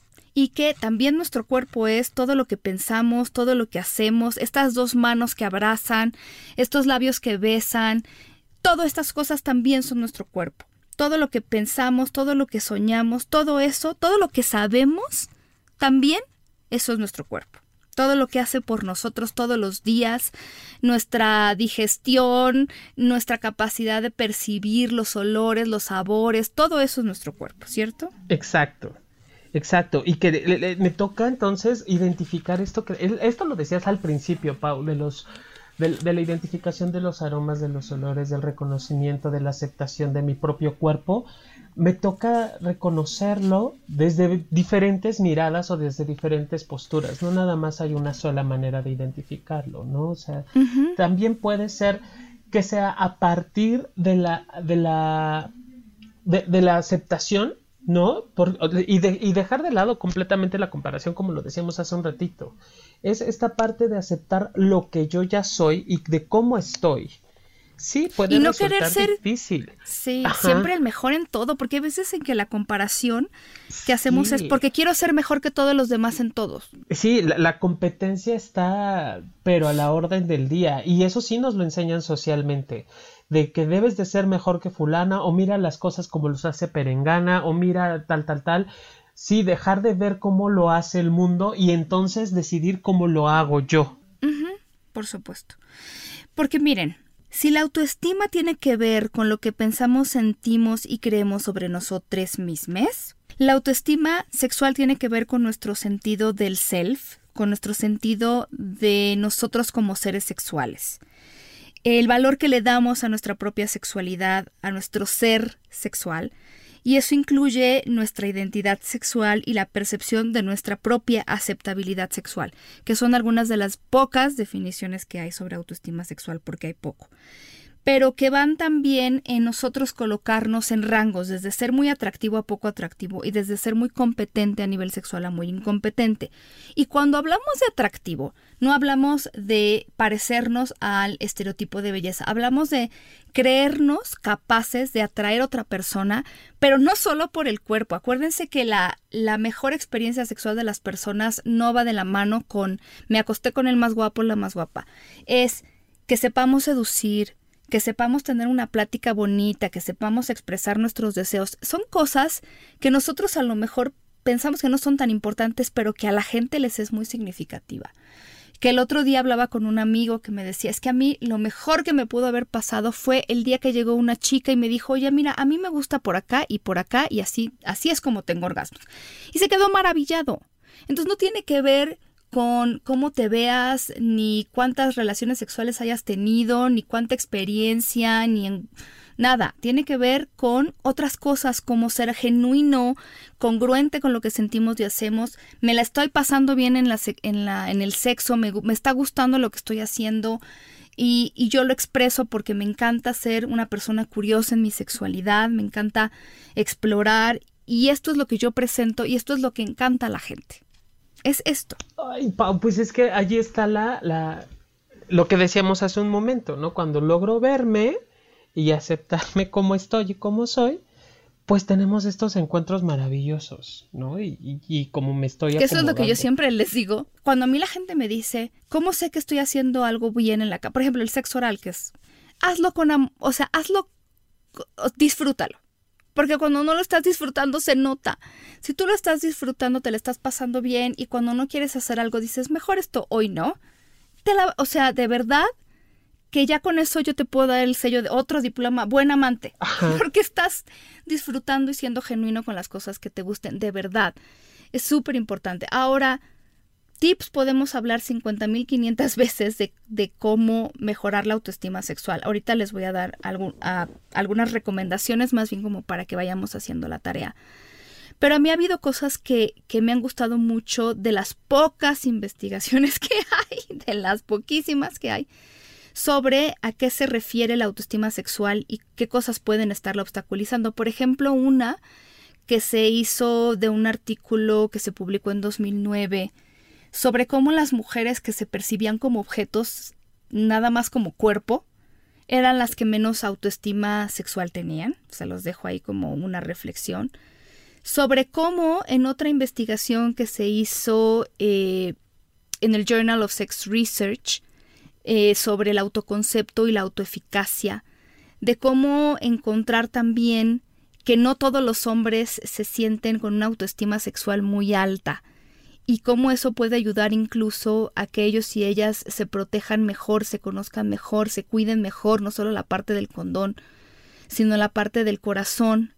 Y que también nuestro cuerpo es todo lo que pensamos, todo lo que hacemos, estas dos manos que abrazan, estos labios que besan, todas estas cosas también son nuestro cuerpo. Todo lo que pensamos, todo lo que soñamos, todo eso, todo lo que sabemos, también eso es nuestro cuerpo. Todo lo que hace por nosotros todos los días, nuestra digestión, nuestra capacidad de percibir los olores, los sabores, todo eso es nuestro cuerpo, ¿cierto? Exacto, exacto. Y que le, le, me toca entonces identificar esto, que esto lo decías al principio, Pau, de los... De, de la identificación de los aromas, de los olores, del reconocimiento, de la aceptación de mi propio cuerpo, me toca reconocerlo desde diferentes miradas o desde diferentes posturas. No nada más hay una sola manera de identificarlo, ¿no? O sea, uh-huh. también puede ser que sea a partir de la, de la, de, de la aceptación, ¿no? Por, y, de, y dejar de lado completamente la comparación, como lo decíamos hace un ratito. Es esta parte de aceptar lo que yo ya soy y de cómo estoy. Sí, puede y no resultar querer ser, difícil. Sí, Ajá. siempre el mejor en todo, porque hay veces en que la comparación que hacemos sí. es porque quiero ser mejor que todos los demás en todos. Sí, la, la competencia está, pero a la orden del día, y eso sí nos lo enseñan socialmente, de que debes de ser mejor que fulana, o mira las cosas como los hace Perengana, o mira tal, tal, tal. Sí, dejar de ver cómo lo hace el mundo y entonces decidir cómo lo hago yo. Uh-huh, por supuesto. Porque miren, si la autoestima tiene que ver con lo que pensamos, sentimos y creemos sobre nosotros mismos, la autoestima sexual tiene que ver con nuestro sentido del self, con nuestro sentido de nosotros como seres sexuales. El valor que le damos a nuestra propia sexualidad, a nuestro ser sexual, y eso incluye nuestra identidad sexual y la percepción de nuestra propia aceptabilidad sexual, que son algunas de las pocas definiciones que hay sobre autoestima sexual, porque hay poco. pero que van también en nosotros colocarnos en rangos, desde ser muy atractivo a poco atractivo y desde ser muy competente a nivel sexual a muy incompetente. Y cuando hablamos de atractivo, no hablamos de parecernos al estereotipo de belleza, hablamos de creernos capaces de atraer a otra persona, pero no solo por el cuerpo. Acuérdense que la, la mejor experiencia sexual de las personas no va de la mano con me acosté con el más guapo o la más guapa. Es que sepamos seducir, que sepamos tener una plática bonita, que sepamos expresar nuestros deseos. Son cosas que nosotros a lo mejor pensamos que no son tan importantes, pero que a la gente les es muy significativa. Que el otro día hablaba con un amigo que me decía, es que a mí lo mejor que me pudo haber pasado fue el día que llegó una chica y me dijo, oye, mira, a mí me gusta por acá y por acá y así, así es como tengo orgasmos. Y se quedó maravillado. Entonces no tiene que ver con cómo te veas, ni cuántas relaciones sexuales hayas tenido, ni cuánta experiencia, ni en nada. Tiene que ver con otras cosas, como ser genuino, congruente con lo que sentimos y hacemos. Me la estoy pasando bien en, la, en, la, en el sexo, me, me está gustando lo que estoy haciendo y, y yo lo expreso porque me encanta ser una persona curiosa en mi sexualidad, me encanta explorar y esto es lo que yo presento y esto es lo que encanta a la gente. Es esto. Ay, Pau, pues es que allí está la, la, lo que decíamos hace un momento, ¿no? Cuando logro verme y aceptarme como estoy y como soy, pues tenemos estos encuentros maravillosos, ¿no? Y, y, y como me estoy acomodando. Que eso es lo que yo siempre les digo. Cuando a mí la gente me dice, ¿cómo sé que estoy haciendo algo bien en la cama? Por ejemplo, el sexo oral, que es, hazlo con, am- o sea, hazlo, disfrútalo. Porque cuando no lo estás disfrutando se nota. Si tú lo estás disfrutando, te lo estás pasando bien y cuando no quieres hacer algo dices, mejor esto hoy no. Te la, o sea, de verdad que ya con eso yo te puedo dar el sello de otro diploma, buen amante. Ajá. Porque estás disfrutando y siendo genuino con las cosas que te gusten. De verdad. Es súper importante. Ahora, tips podemos hablar cincuenta mil quinientas veces de, de cómo mejorar la autoestima sexual. Ahorita les voy a dar algún, a, algunas recomendaciones, más bien como para que vayamos haciendo la tarea. Pero a mí ha habido cosas que, que me han gustado mucho de las pocas investigaciones que hay, de las poquísimas que hay, sobre a qué se refiere la autoestima sexual y qué cosas pueden estarla obstaculizando. Por ejemplo, una que se hizo de un artículo que se publicó en dos mil nueve sobre cómo las mujeres que se percibían como objetos, nada más como cuerpo, eran las que menos autoestima sexual tenían. Se los dejo ahí como una reflexión. Sobre cómo en otra investigación que se hizo eh, en el Journal of Sex Research eh, sobre el autoconcepto y la autoeficacia, de cómo encontrar también que no todos los hombres se sienten con una autoestima sexual muy alta, y cómo eso puede ayudar incluso a que ellos y ellas se protejan mejor, se conozcan mejor, se cuiden mejor, no solo la parte del condón, sino la parte del corazón.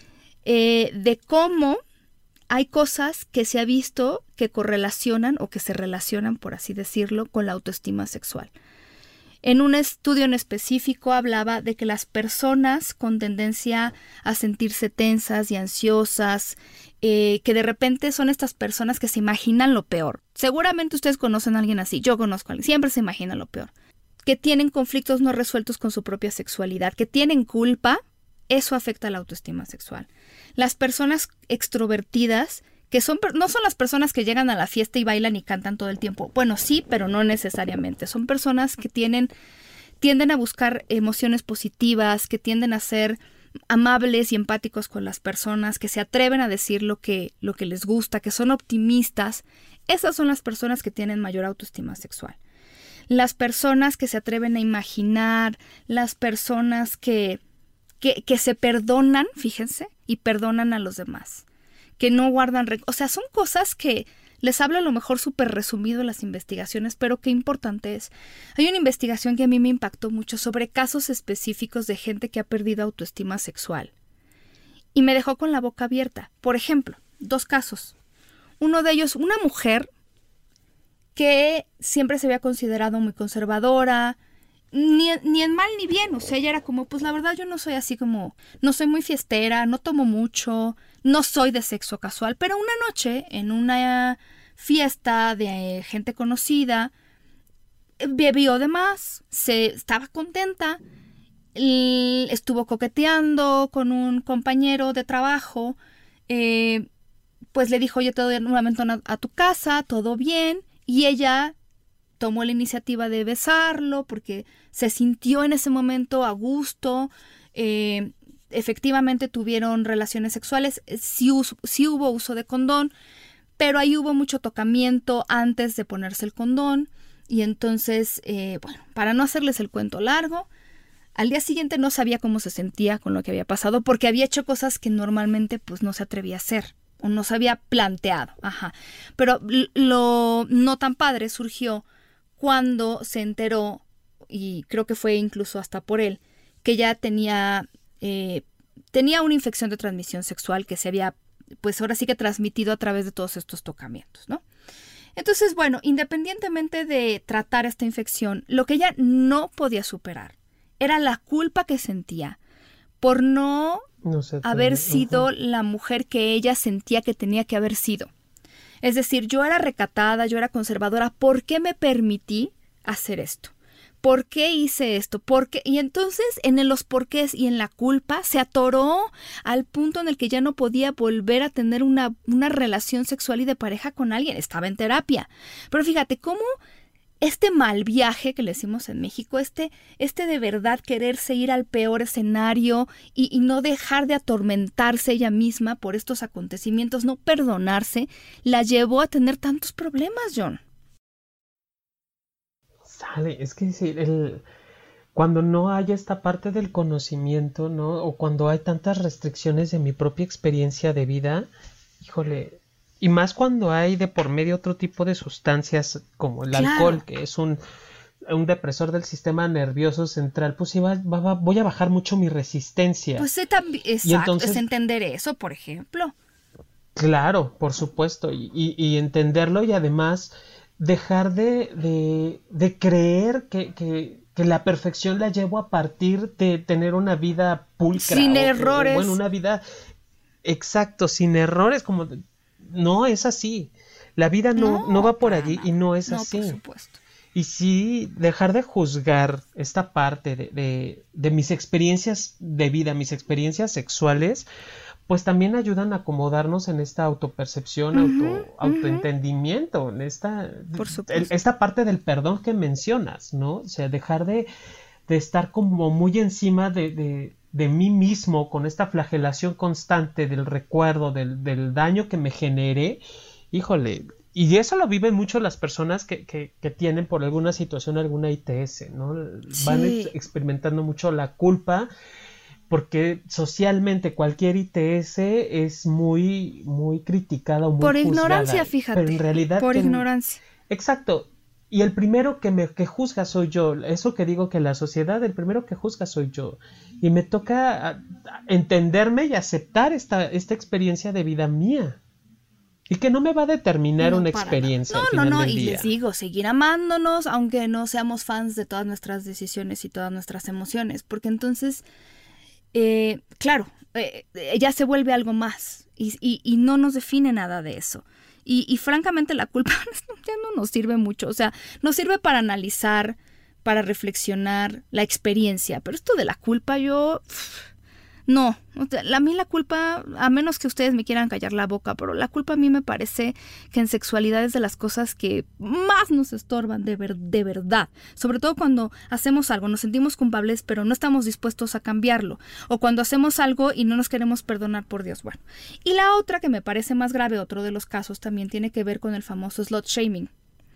Eh, de cómo hay cosas que se ha visto que correlacionan o que se relacionan, por así decirlo, con la autoestima sexual. En un estudio en específico hablaba de que las personas con tendencia a sentirse tensas y ansiosas, eh, que de repente son estas personas que se imaginan lo peor. Seguramente ustedes conocen a alguien así, yo conozco a alguien, siempre se imagina lo peor. Que tienen conflictos no resueltos con su propia sexualidad, que tienen culpa, eso afecta a la autoestima sexual. Las personas extrovertidas, que son, no son las personas que llegan a la fiesta y bailan y cantan todo el tiempo. Bueno, sí, pero no necesariamente. Son personas que tienen, tienden a buscar emociones positivas, que tienden a ser amables y empáticos con las personas, que se atreven a decir lo que, lo que les gusta, que son optimistas. Esas son las personas que tienen mayor autoestima sexual. Las personas que se atreven a imaginar, las personas que, que, que se perdonan, fíjense, y perdonan a los demás. Que no guardan, o sea, son cosas que les hablo a lo mejor súper resumido en las investigaciones, pero qué importante es. Hay una investigación que a mí me impactó mucho sobre casos específicos de gente que ha perdido autoestima sexual y me dejó con la boca abierta. Por ejemplo, dos casos. Uno de ellos, una mujer que siempre se había considerado muy conservadora, Ni, ni en mal ni bien, o sea, ella era como, pues la verdad yo no soy así como, no soy muy fiestera, no tomo mucho, no soy de sexo casual, pero una noche en una fiesta de gente conocida, bebió de más, se estaba contenta él estuvo coqueteando con un compañero de trabajo, eh, pues le dijo, yo te doy nuevamente a, a tu casa, todo bien, y ella tomó la iniciativa de besarlo porque se sintió en ese momento a gusto, eh, efectivamente tuvieron relaciones sexuales, sí, sí hubo uso de condón, pero ahí hubo mucho tocamiento antes de ponerse el condón, y entonces, eh, bueno, para no hacerles el cuento largo, al día siguiente no sabía cómo se sentía con lo que había pasado, porque había hecho cosas que normalmente pues no se atrevía a hacer, o no se había planteado, ajá. Pero lo no tan padre surgió cuando se enteró, y creo que fue incluso hasta por él, que ya tenía, eh, tenía una infección de transmisión sexual que se había, pues ahora sí que transmitido a través de todos estos tocamientos, ¿no? Entonces, bueno, independientemente de tratar esta infección, lo que ella no podía superar era la culpa que sentía por no, no sé, haber uh-huh. sido la mujer que ella sentía que tenía que haber sido. Es decir, yo era recatada, yo era conservadora, ¿por qué me permití hacer esto? ¿Por qué hice esto? ¿Por qué? Y entonces en los porqués y en la culpa se atoró al punto en el que ya no podía volver a tener una, una relación sexual y de pareja con alguien. Estaba en terapia. Pero fíjate cómo este mal viaje que le decimos en México, este, este de verdad quererse ir al peor escenario y, y no dejar de atormentarse ella misma por estos acontecimientos, no perdonarse, la llevó a tener tantos problemas, John. Sale, es que sí, el, cuando no hay esta parte del conocimiento, ¿no? O cuando hay tantas restricciones de mi propia experiencia de vida, híjole, y más cuando hay de por medio otro tipo de sustancias como el claro. alcohol, que es un, un depresor del sistema nervioso central, pues sí va, va, voy a bajar mucho mi resistencia. Pues sí, también, exacto, entonces, es entender eso, por ejemplo. Claro, por supuesto, y, y, y entenderlo y además dejar de, de, de creer que, que, que la perfección la llevo a partir de tener una vida pulcra. Sin o, errores. O, bueno, una vida, exacto, sin errores, como... No es así. La vida no, no, no va por allí y no es no, así. Por supuesto. Y sí, dejar de juzgar esta parte de, de, de mis experiencias de vida, mis experiencias sexuales, pues también ayudan a acomodarnos en esta autopercepción, uh-huh, auto, uh-huh. autoentendimiento, en esta, por supuesto. el, esta parte del perdón que mencionas, ¿no? O sea, dejar de, de estar como muy encima de... de de mí mismo, con esta flagelación constante del recuerdo, del, del daño que me generé, híjole, y eso lo viven mucho las personas que, que, que tienen por alguna situación alguna I T S, ¿no? Sí. Van ex- experimentando mucho la culpa, porque socialmente cualquier I T S es muy, muy criticada o muy por juzgada, ignorancia, fíjate, pero en realidad por que, ignorancia. Exacto. Y el primero que me que juzga soy yo. Eso que digo que la sociedad, el primero que juzga soy yo. Y me toca a, a entenderme y aceptar esta, esta experiencia de vida mía. Y que no me va a determinar no, una experiencia. No, al final no, no. del Y día. les digo, seguir amándonos, aunque no seamos fans de todas nuestras decisiones y todas nuestras emociones. Porque entonces, eh, claro, eh, ya se vuelve algo más. Y, y, y no nos define nada de eso. Y, y francamente la culpa ya no nos sirve mucho, o sea, nos sirve para analizar, para reflexionar la experiencia, pero esto de la culpa yo, no, a mí la culpa, a menos que ustedes me quieran callar la boca, pero la culpa a mí me parece que en sexualidad es de las cosas que más nos estorban de, ver, de verdad, sobre todo cuando hacemos algo, nos sentimos culpables pero no estamos dispuestos a cambiarlo, o cuando hacemos algo y no nos queremos perdonar, por Dios, bueno. Y la otra que me parece más grave, otro de los casos también tiene que ver con el famoso slut shaming,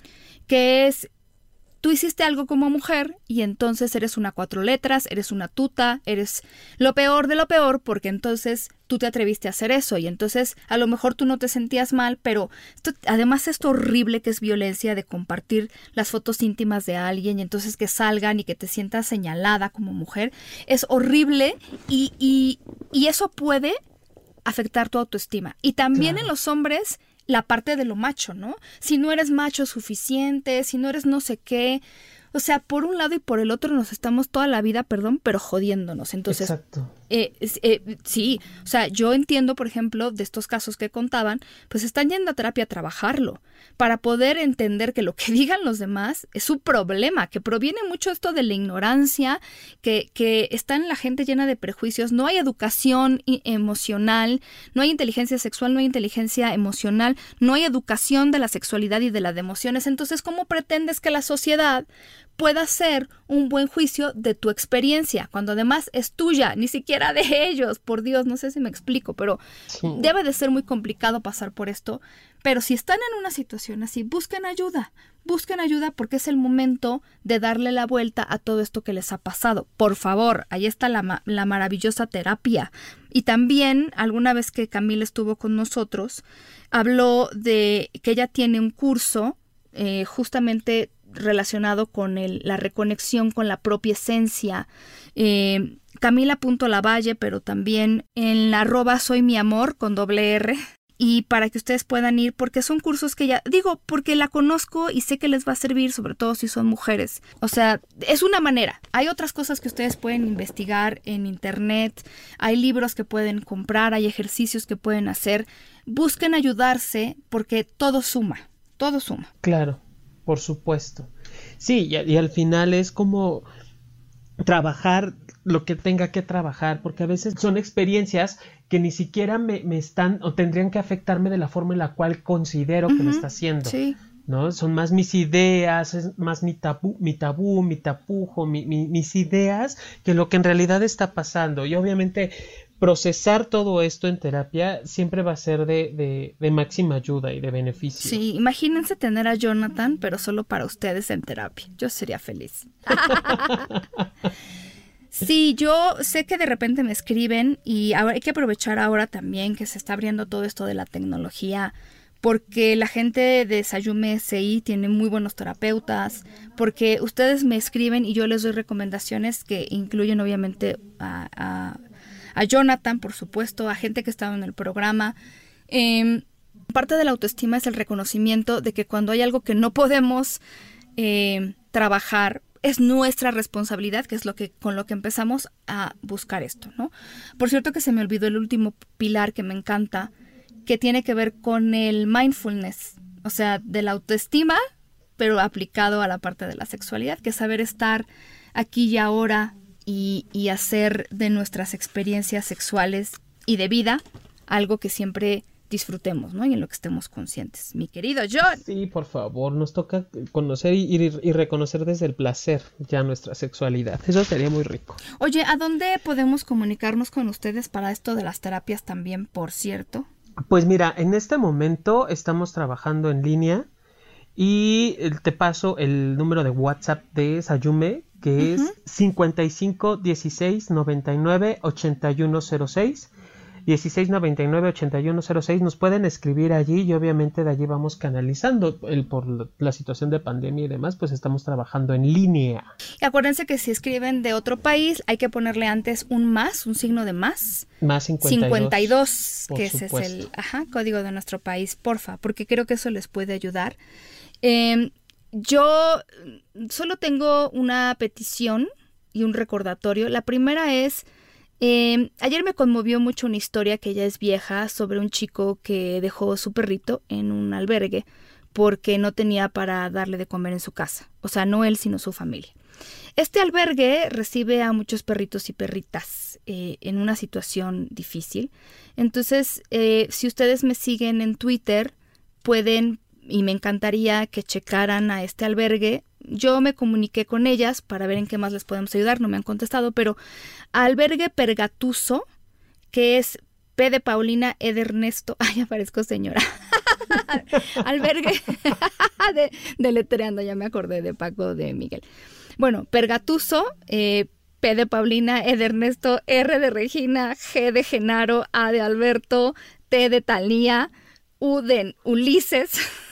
que es... Tú hiciste algo como mujer y entonces eres una cuatro letras, eres una tuta, eres lo peor de lo peor porque entonces tú te atreviste a hacer eso y entonces a lo mejor tú no te sentías mal, pero esto, además esto horrible que es violencia de compartir las fotos íntimas de alguien y entonces que salgan y que te sientas señalada como mujer, es horrible y, y, y eso puede afectar tu autoestima. Y también claro. En los hombres... la parte de lo macho, ¿no? Si no eres macho suficiente, si no eres no sé qué. O sea, por un lado y por el otro nos estamos toda la vida, perdón, pero jodiéndonos. Entonces, exacto. Eh, eh, sí, o sea, yo entiendo, por ejemplo, de estos casos que contaban, pues están yendo a terapia a trabajarlo, para poder entender que lo que digan los demás es su problema, que proviene mucho esto de la ignorancia, que, que está en la gente llena de prejuicios, no hay educación emocional, no hay inteligencia sexual, no hay inteligencia emocional, no hay educación de la sexualidad y de las emociones. Entonces, ¿cómo pretendes que la sociedad pueda hacer un buen juicio de tu experiencia, cuando además es tuya, ni siquiera de ellos? Por Dios, no sé si me explico, pero sí. Debe de ser muy complicado pasar por esto. Pero si están en una situación así, busquen ayuda, busquen ayuda porque es el momento de darle la vuelta a todo esto que les ha pasado. Por favor, ahí está la, la maravillosa terapia. Y también, alguna vez que Camila estuvo con nosotros, habló de que ella tiene un curso eh, justamente relacionado con el, la reconexión con la propia esencia. Eh, Camila.lavalle, pero también en la arroba soy mi amor con doble R. Y para que ustedes puedan ir, porque son cursos que ya, digo, porque la conozco y sé que les va a servir, sobre todo si son mujeres. O sea, es una manera. Hay otras cosas que ustedes pueden investigar en internet, hay libros que pueden comprar, hay ejercicios que pueden hacer. Busquen ayudarse porque todo suma, todo suma. Claro, por supuesto. Sí, y, y al final es como trabajar lo que tenga que trabajar, porque a veces son experiencias que ni siquiera me, me están o tendrían que afectarme de la forma en la cual considero uh-huh, que me está haciendo, sí. ¿no? Son más mis ideas, es más mi tabú, mi tabú, mi tapujo, mi, mi, mis ideas que lo que en realidad está pasando. Y obviamente procesar todo esto en terapia siempre va a ser de, de, de máxima ayuda y de beneficio. Sí, imagínense tener a Jonathan, pero solo para ustedes en terapia. Yo sería feliz. Sí, yo sé que de repente me escriben y ahora hay que aprovechar ahora también que se está abriendo todo esto de la tecnología, porque la gente de Sayume S I tiene muy buenos terapeutas, porque ustedes me escriben y yo les doy recomendaciones que incluyen obviamente a, a, a Jonathan, por supuesto, a gente que estaba en el programa. Eh, parte de la autoestima es el reconocimiento de que cuando hay algo que no podemos eh, trabajar, es nuestra responsabilidad, que es lo que con lo que empezamos a buscar esto, ¿no? Por cierto que se me olvidó el último pilar que me encanta, que tiene que ver con el mindfulness, o sea, de la autoestima, pero aplicado a la parte de la sexualidad, que es saber estar aquí y ahora y, y hacer de nuestras experiencias sexuales y de vida algo que siempre disfrutemos, ¿no? Y en lo que estemos conscientes. Mi querido John. Sí, por favor, nos toca conocer y, y, y reconocer desde el placer ya nuestra sexualidad. Eso sería muy rico. Oye, ¿a dónde podemos comunicarnos con ustedes para esto de las terapias también, por cierto? Pues mira, en este momento estamos trabajando en línea y te paso el número de WhatsApp de Sayume, que uh-huh. es cincuenta y cinco dieciséis noventa y nueve ochenta y uno cero seis. dieciséis noventa y nueve ochenta y uno cero seis. Nos pueden escribir allí y obviamente de allí vamos canalizando el, por la situación de pandemia y demás, pues estamos trabajando en línea. Y acuérdense que si escriben de otro país hay que ponerle antes un más, un signo de más. Más cincuenta y dos. cincuenta y dos, que ese es el ajá, código de nuestro país, porfa, porque creo que eso les puede ayudar. Eh, yo solo tengo una petición y un recordatorio. La primera es... Eh, ayer me conmovió mucho una historia que ya es vieja sobre un chico que dejó su perrito en un albergue porque no tenía para darle de comer en su casa. O sea, no él, sino su familia. Este albergue recibe a muchos perritos y perritas eh, en una situación difícil. Entonces, eh, si ustedes me siguen en Twitter, pueden, y me encantaría que checaran a este albergue. Yo me comuniqué con ellas para ver en qué más les podemos ayudar, no me han contestado, pero Albergue Pergatuso, que es P de Paulina, E de Ernesto, ay, ya parezco señora, Albergue, de, deletreando, ya me acordé de Paco de Miguel. Bueno, Pergatuso, eh, P de Paulina, E de Ernesto, R de Regina, G de Genaro, A de Alberto, T de Talía, U de Ulises,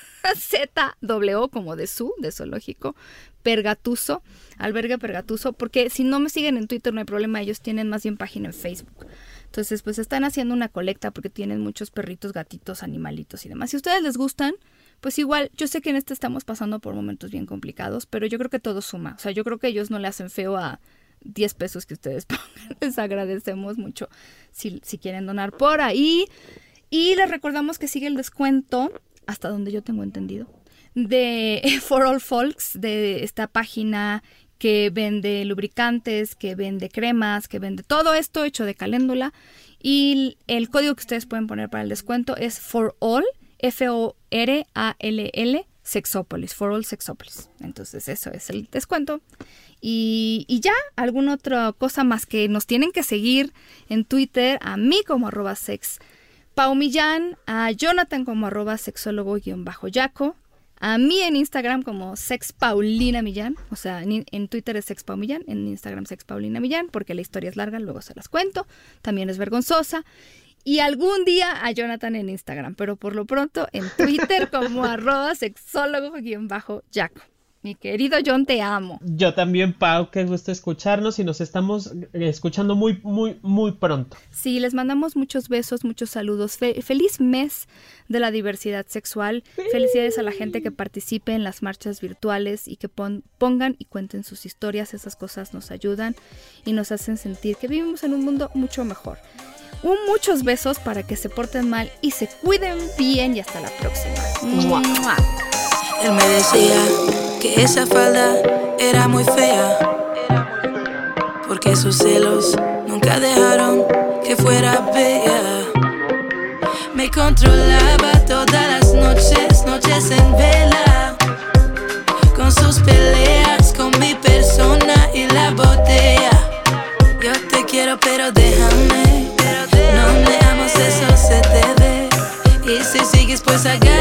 Z, W como de su, de zoológico, Pergatuso, Albergue Pergatuso, porque si no me siguen en Twitter no hay problema, ellos tienen más bien página en Facebook. Entonces, pues están haciendo una colecta porque tienen muchos perritos, gatitos, animalitos y demás. Si a ustedes les gustan, pues igual, yo sé que en este estamos pasando por momentos bien complicados, pero yo creo que todo suma. O sea, yo creo que ellos no le hacen feo a, diez pesos que ustedes pongan. Les agradecemos mucho si, si quieren donar por ahí. Y les recordamos que sigue el descuento, hasta donde yo tengo entendido, de For All Folks, de esta página que vende lubricantes, que vende cremas, que vende todo esto hecho de caléndula. Y el código que ustedes pueden poner para el descuento es For All, F O R A L L, Sexópolis, For All Sexópolis. Entonces eso es el descuento. Y, y ya, alguna otra cosa más que nos tienen que seguir en Twitter, a mí como arroba sex Pau Millán, a Jonathan como arroba sexólogo-yaco, a mí en Instagram como Sex Paulina Millán, o sea, en, en Twitter es Sex Pau Millán, en Instagram Sex Paulina Millán, porque la historia es larga, luego se las cuento, también es vergonzosa. Y algún día a Jonathan en Instagram, pero por lo pronto en Twitter como arroba sexólogo-yaco. Mi querido John, te amo. Yo también, Pau, qué gusto escucharnos y nos estamos escuchando muy, muy, muy pronto. Sí, les mandamos muchos besos, muchos saludos. Fe- feliz mes de la diversidad sexual. Sí. Felicidades a la gente que participe en las marchas virtuales y que pon- pongan y cuenten sus historias. Esas cosas nos ayudan y nos hacen sentir que vivimos en un mundo mucho mejor. Un muchos besos para que se porten mal y se cuiden bien y hasta la próxima. ¡Mua! ¡Mua! Él me decía que esa falda era muy fea, porque sus celos nunca dejaron que fuera bella. Me controlaba todas las noches, noches en vela, con sus peleas, con mi persona y la botella. Yo te quiero pero déjame, no me amas, eso se te ve, y si sigues pues agarra.